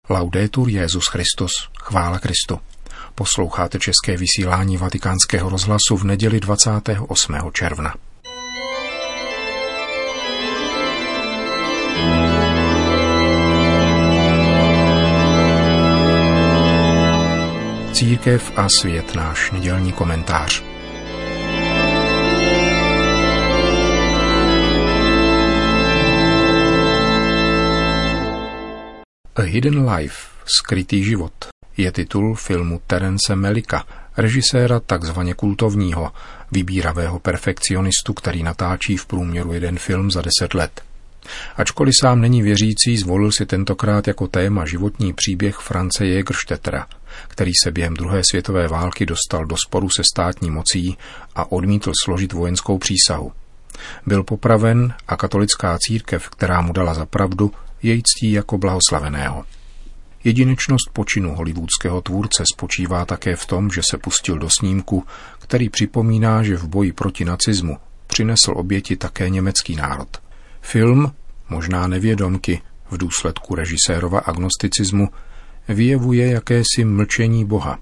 Laudetur Jesus Christus, chvála Kristu. Posloucháte české vysílání Vatikánského rozhlasu v neděli 28. června. Církev a svět, náš nedělní komentář. A Hidden Life, skrytý život, je titul filmu Terence Malicka, režiséra takzvaně kultovního, vybíravého perfekcionistu, který natáčí v průměru jeden film za 10 let. Ačkoliv sám není věřící, zvolil si tentokrát jako téma životní příběh France Jägerstättera, který se během druhé světové války dostal do sporu se státní mocí a odmítl složit vojenskou přísahu. Byl popraven a katolická církev, která mu dala za pravdu, jej ctí jako blahoslaveného. Jedinečnost počinu hollywoodského tvůrce spočívá také v tom, že se pustil do snímku, který připomíná, že v boji proti nacismu přinesl oběti také německý národ. Film, možná nevědomky, v důsledku režisérova agnosticismu, vyjevuje jakési mlčení Boha.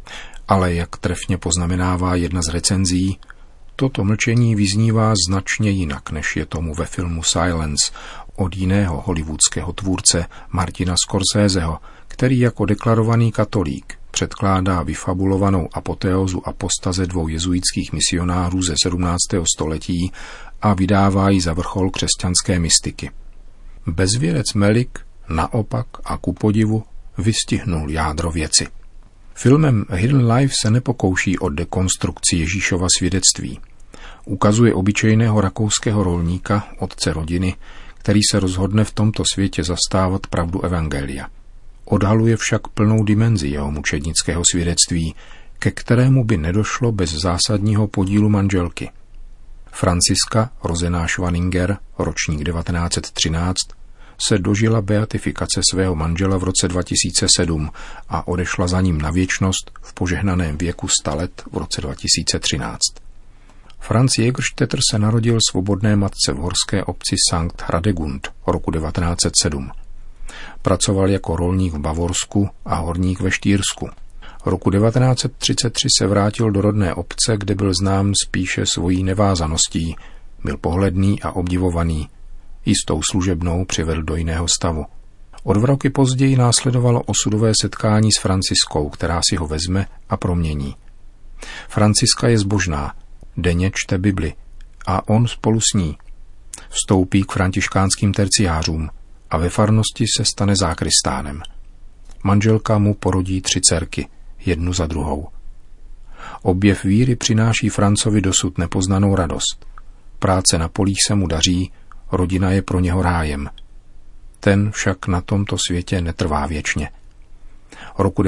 Ale jak trefně poznamenává jedna z recenzí, toto mlčení vyznívá značně jinak, než je tomu ve filmu Silence od jiného hollywoodského tvůrce Martina Scorseseho, který jako deklarovaný katolík předkládá vyfabulovanou apoteózu apostaze 2 jezuitských misionářů ze 17. století a vydává ji za vrchol křesťanské mystiky. Bezvěrec Malick naopak a ku podivu vystihnul jádro věci. Filmem Hidden Life se nepokouší o dekonstrukci Ježíšova svědectví. Ukazuje obyčejného rakouského rolníka, otce rodiny, který se rozhodne v tomto světě zastávat pravdu evangelia. Odhaluje však plnou dimenzi jeho mučednického svědectví, ke kterému by nedošlo bez zásadního podílu manželky. Franciska, rozená Schwanninger, ročník 1913, se dožila beatifikace svého manžela v roce 2007 a odešla za ním na věčnost v požehnaném věku 100 let v roce 2013. Franz Jägerstätter se narodil svobodné matce v horské obci Sankt Radegund roku 1907. Pracoval jako rolník v Bavorsku a horník ve Štýrsku. Roku 1933 se vrátil do rodné obce, kde byl znám spíše svojí nevázaností. Byl pohledný a obdivovaný. Jistou služebnou přivedl do jiného stavu. O 2 roky později následovalo osudové setkání s Franciskou, která si ho vezme a promění. Franciska je zbožná, denně čte Bibli a on spolu s ní. Vstoupí k františkánským terciářům a ve farnosti se stane zákristánem. Manželka mu porodí 3 dcerky, jednu za druhou. Objev víry přináší Francovi dosud nepoznanou radost. Práce na polích se mu daří, rodina je pro něho rájem. Ten však na tomto světě netrvá věčně. Roku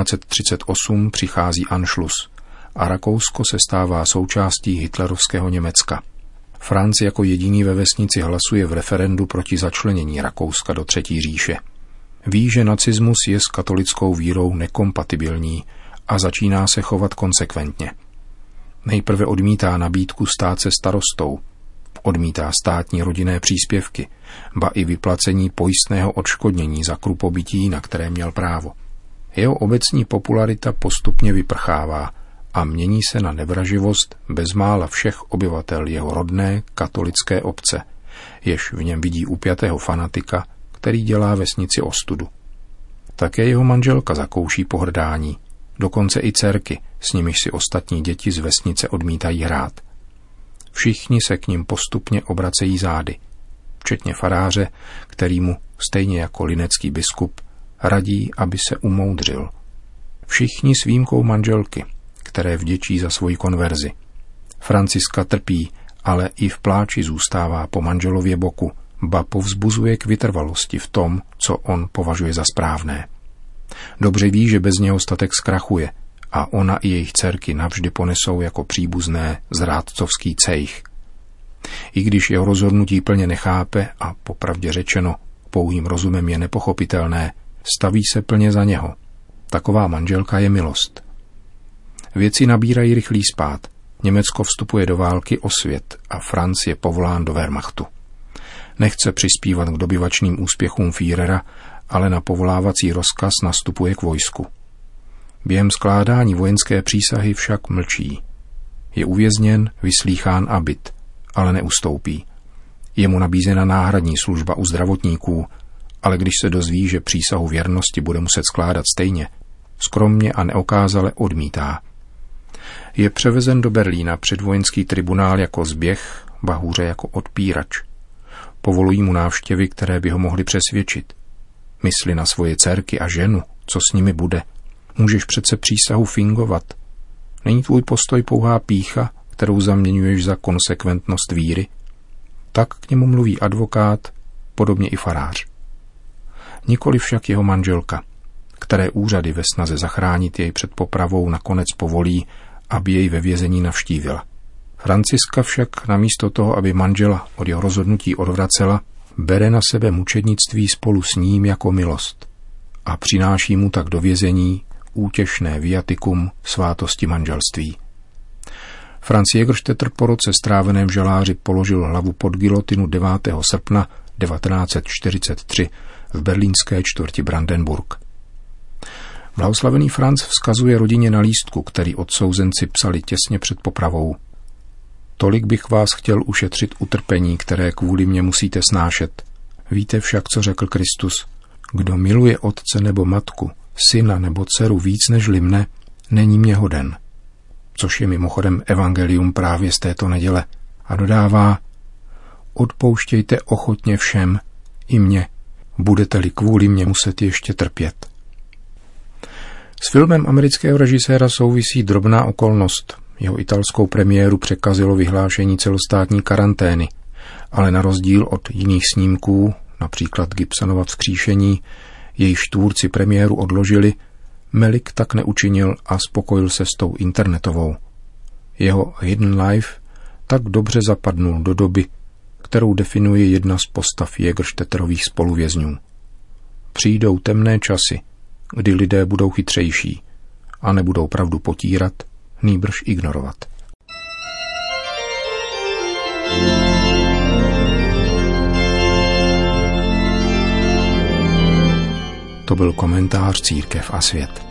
1938 přichází Anschluss a Rakousko se stává součástí hitlerovského Německa. Franz jako jediný ve vesnici hlasuje v referendu proti začlenění Rakouska do Třetí říše. Ví, že nacismus je s katolickou vírou nekompatibilní a začíná se chovat konsekventně. Nejprve odmítá nabídku stát se starostou, odmítá státní rodinné příspěvky, ba i vyplacení pojistného odškodnění za krupobytí, na které měl právo. Jeho obecní popularita postupně vyprchává a mění se na nevraživost bezmála všech obyvatel jeho rodné katolické obce, jež v něm vidí upjatého fanatika, který dělá vesnici ostudu. Také jeho manželka zakouší pohrdání, dokonce i dcerky, s nimiž si ostatní děti z vesnice odmítají hrát. Všichni se k ním postupně obracejí zády, včetně faráře, který mu, stejně jako linecký biskup, radí, aby se umoudřil. Všichni s výjimkou manželky, které vděčí za svoji konverzi. Franciska trpí, ale i v pláči zůstává po manželově boku, ba povzbuzuje k vytrvalosti v tom, co on považuje za správné. Dobře ví, že bez něho statek zkrachuje a ona i jejich dcerky navždy ponesou jako příbuzné zrádcovský cejch. I když jeho rozhodnutí plně nechápe a popravdě řečeno pouhým rozumem je nepochopitelné, staví se plně za něho. Taková manželka je milost. Věci nabírají rychlý spád. Německo vstupuje do války o svět a Franz je povolán do Wehrmachtu. Nechce přispívat k dobyvačným úspěchům Führera ale na povolávací rozkaz nastupuje k vojsku. Během skládání vojenské přísahy však mlčí. Je uvězněn, vyslýchán a bit, ale neustoupí. Je mu nabízena náhradní služba u zdravotníků, ale když se dozví, že přísahu věrnosti bude muset skládat stejně, skromně a neokázale odmítá. Je převezen do Berlína před vojenský tribunál jako zběh, ba hůře jako odpírač. Povolují mu návštěvy, které by ho mohly přesvědčit. Mysli na svoje dcerky a ženu, co s nimi bude. Můžeš přece přísahu fingovat. Není tvůj postoj pouhá pýcha, kterou zaměňuješ za konsekventnost víry? Tak k němu mluví advokát, podobně i farář. Nikoli však jeho manželka, které úřady ve snaze zachránit jej před popravou nakonec povolí, aby jej ve vězení navštívila. Franciska však namísto toho, aby manžela od jeho rozhodnutí odvracela, bere na sebe mučednictví spolu s ním jako milost a přináší mu tak do vězení útěšné viatikum svátosti manželství. Franz Jägerstätter po roce stráveném v žaláři položil hlavu pod gilotinu 9. srpna 1943 v berlínské čtvrti Brandenburg. Blahoslavený Franz vzkazuje rodině na lístku, který odsouzenci psali těsně před popravou. Tolik bych vás chtěl ušetřit utrpení, které kvůli mně musíte snášet. Víte však, co řekl Kristus. Kdo miluje otce nebo matku, syna nebo dceru víc nežli mne, není mě hoden. Což je mimochodem evangelium právě z této neděle. A dodává, odpouštějte ochotně všem, i mně, budete-li kvůli mně muset ještě trpět. S filmem amerického režiséra souvisí drobná okolnost. Jeho italskou premiéru překazilo vyhlášení celostátní karantény, ale na rozdíl od jiných snímků, například Gibsonova Vzkříšení, jejíž tvůrci premiéru odložili, Melick tak neučinil a spokojil se s tou internetovou. Jeho Hidden Life tak dobře zapadnul do doby, kterou definuje jedna z postav Jägerstätterových spoluvězňů. Přijdou temné časy, kdy lidé budou chytřejší a nebudou pravdu potírat, nýbrž ignorovat. To byl komentář Církev a svět.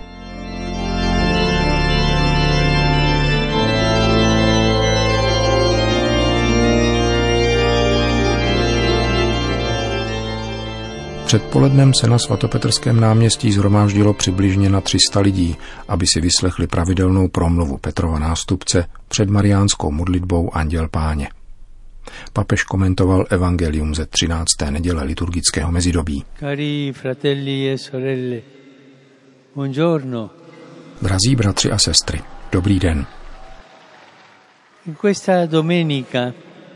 Předpolednem se na svatopetrském náměstí shromáždilo přibližně na 300 lidí, aby si vyslechli pravidelnou promluvu Petrova nástupce před mariánskou modlitbou Anděl Páně. Papež komentoval evangelium ze 13. neděle liturgického mezidobí. Cari fratelli e sorelle, buongiorno. Drazí bratři a sestry, dobrý den. In questa domenica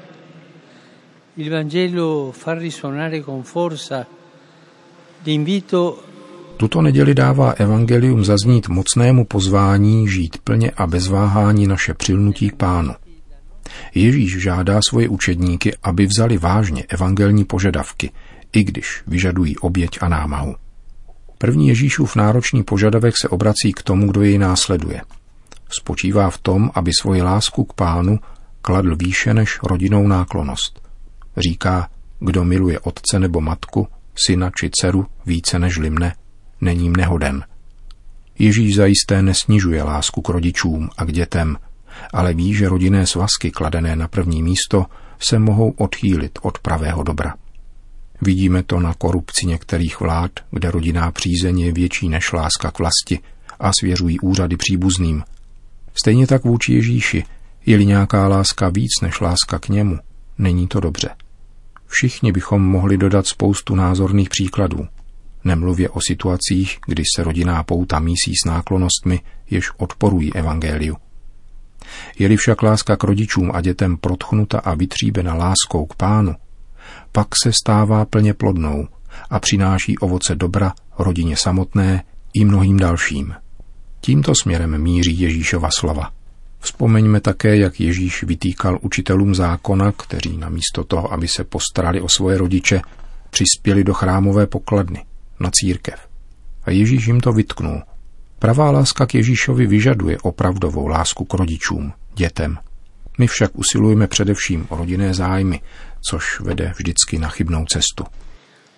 il Vangelo fa risuonare con forza l'invito. Tuto neděli dává evangelium zaznít mocnému pozvání žít plně a bez váhání naše přilnutí k Pánu. Ježíš žádá svoje učedníky, aby vzali vážně evangelní požadavky, i když vyžadují oběť a námahu. První Ježíšův náročný požadavek se obrací k tomu, kdo jej následuje. Spočívá v tom, aby svoji lásku k Pánu kladl výše než rodinnou náklonnost. Říká, kdo miluje otce nebo matku, syna či dceru více nežli mne, není mne hoden. Ježíš zajisté nesnižuje lásku k rodičům a k dětem, ale ví, že rodinné svazky kladené na první místo se mohou odchýlit od pravého dobra. Vidíme to na korupci některých vlád, kde rodinná přízeň je větší než láska k vlasti a svěřují úřady příbuzným. Stejně tak vůči Ježíši, je-li nějaká láska víc než láska k němu, není to dobře. Všichni bychom mohli dodat spoustu názorných příkladů. Nemluvě o situacích, kdy se rodinná pouta mísí s náklonnostmi, jež odporují evangeliu. Je-li však láska k rodičům a dětem protchnuta a vytříbena láskou k Pánu, pak se stává plně plodnou a přináší ovoce dobra rodině samotné i mnohým dalším. Tímto směrem míří Ježíšova slova. Vzpomeňme také, jak Ježíš vytýkal učitelům zákona, kteří namísto toho, aby se postarali o svoje rodiče, přispěli do chrámové pokladny, na církev. A Ježíš jim to vytknul. Pravá láska k Ježíšovi vyžaduje opravdovou lásku k rodičům, dětem. My však usilujeme především o rodinné zájmy, což vede vždycky na chybnou cestu.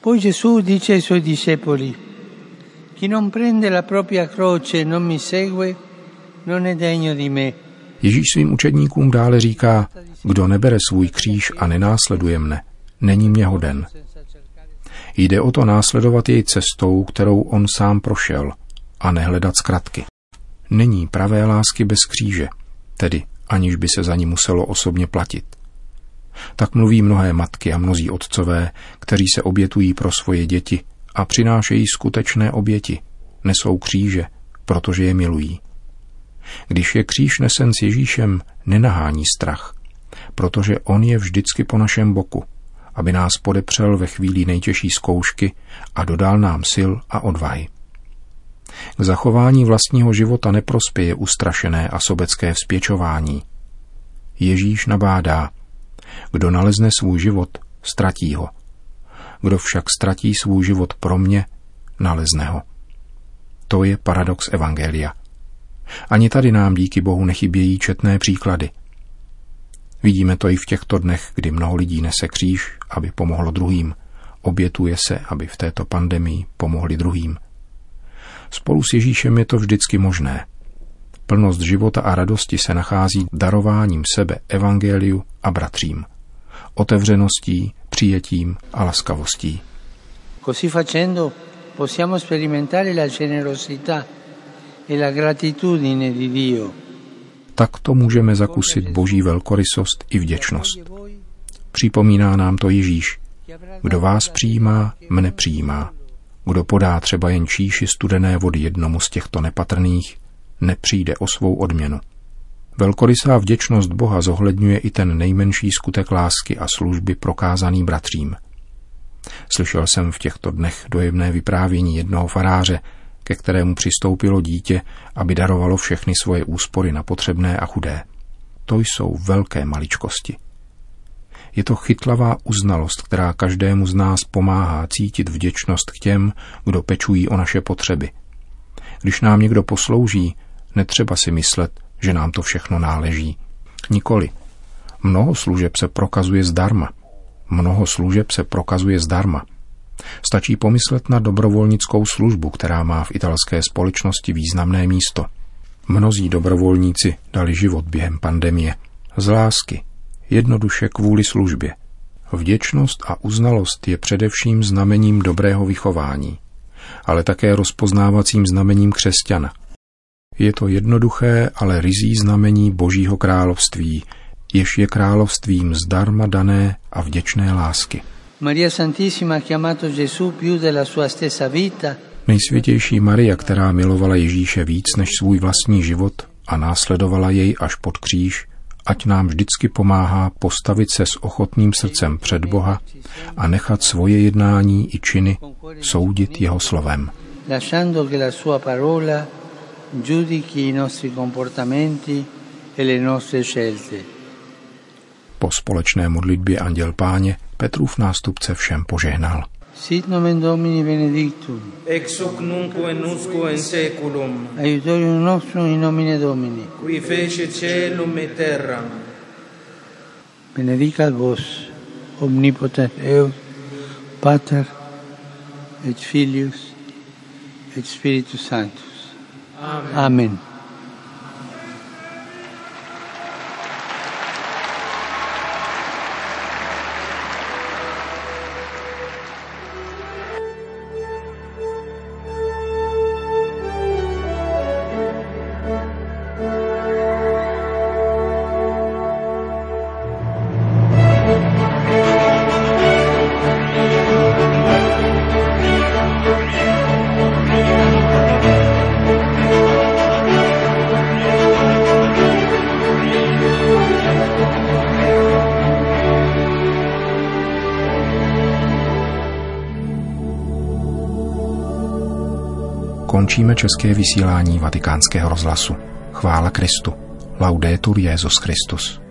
Poi Gesù dice ai suoi discepoli: chi non prende la propria croce e non mi segue non è degno di me. Ježíš svým učedníkům dále říká: kdo nebere svůj kříž a nenásleduje mne, není mě hoden. Jde o to následovat jej cestou, kterou on sám prošel, a nehledat zkratky. Není pravé lásky bez kříže, tedy aniž by se za ní muselo osobně platit. Tak mluví mnohé matky a mnozí otcové, kteří se obětují pro svoje děti a přinášejí skutečné oběti, nesou kříže, protože je milují. Když je kříž nesen s Ježíšem, nenahání strach, protože on je vždycky po našem boku, aby nás podepřel ve chvíli nejtěžší zkoušky a dodal nám sil a odvahy. K zachování vlastního života neprospěje ustrašené a sobecké vzpěčování. Ježíš nabádá: kdo nalezne svůj život, ztratí ho. Kdo však ztratí svůj život pro mě, nalezne ho. To je paradox evangelia. Ani tady nám díky Bohu nechybějí četné příklady. Vidíme to i v těchto dnech, kdy mnoho lidí nese kříž, aby pomohlo druhým. Obětuje se, aby v této pandemii pomohli druhým. Spolu s Ježíšem je to vždycky možné. Plnost života a radosti se nachází darováním sebe evangeliu a bratřím. Otevřeností, přijetím a laskavostí. Così facendo possiamo sperimentare la generosità e la gratitudine di Dio. Takto můžeme zakusit Boží velkorysost i vděčnost. Připomíná nám to Ježíš. Kdo vás přijímá, mne přijímá. Kdo podá třeba jen číši studené vody jednomu z těchto nepatrných, nepřijde o svou odměnu. Velkorysá vděčnost Boha zohledňuje i ten nejmenší skutek lásky a služby prokázaný bratřím. Slyšel jsem v těchto dnech dojemné vyprávění jednoho faráře, ke kterému přistoupilo dítě, aby darovalo všechny svoje úspory na potřebné a chudé. To jsou velké maličkosti. Je to chytlavá uznalost, která každému z nás pomáhá cítit vděčnost k těm, kdo pečují o naše potřeby. Když nám někdo poslouží, netřeba si myslet, že nám to všechno náleží. Nikoli. Mnoho služeb se prokazuje zdarma. Stačí pomyslet na dobrovolnickou službu, která má v italské společnosti významné místo. Mnozí dobrovolníci dali život během pandemie. Z lásky, jednoduše kvůli službě. Vděčnost a uznalost je především znamením dobrého vychování, ale také rozpoznávacím znamením křesťana. Je to jednoduché, ale ryzí znamení Božího království, jež je královstvím zdarma dané a vděčné lásky. Maria Santissima ha chiamato Gesù più della sua stessa vita. Nejsvětější Maria, která milovala Ježíše víc než svůj vlastní život a následovala jej až pod kříž, ať nám vždycky pomáhá postavit se s ochotným srdcem před Boha a nechat svoje jednání i činy soudit jeho slovem. Lasciando che la sua parola giudichi i nostri comportamenti e le nostre scelte. Po společné modlitbě Anděl Páně Petrův nástupce všem požehnal. Sit nomen Domini benedictum. Ex hoc nunc et usque in seculum. Aiutorium nostrum in nomine Domini. Qui fece caelum et terram. Benedicat vos, omnipotens Deus, Pater et Filius et Spiritus Sanctus. Amen. Amen. Končíme české vysílání Vatikánského rozhlasu. Chvála Kristu. Laudetur Jesus Christus.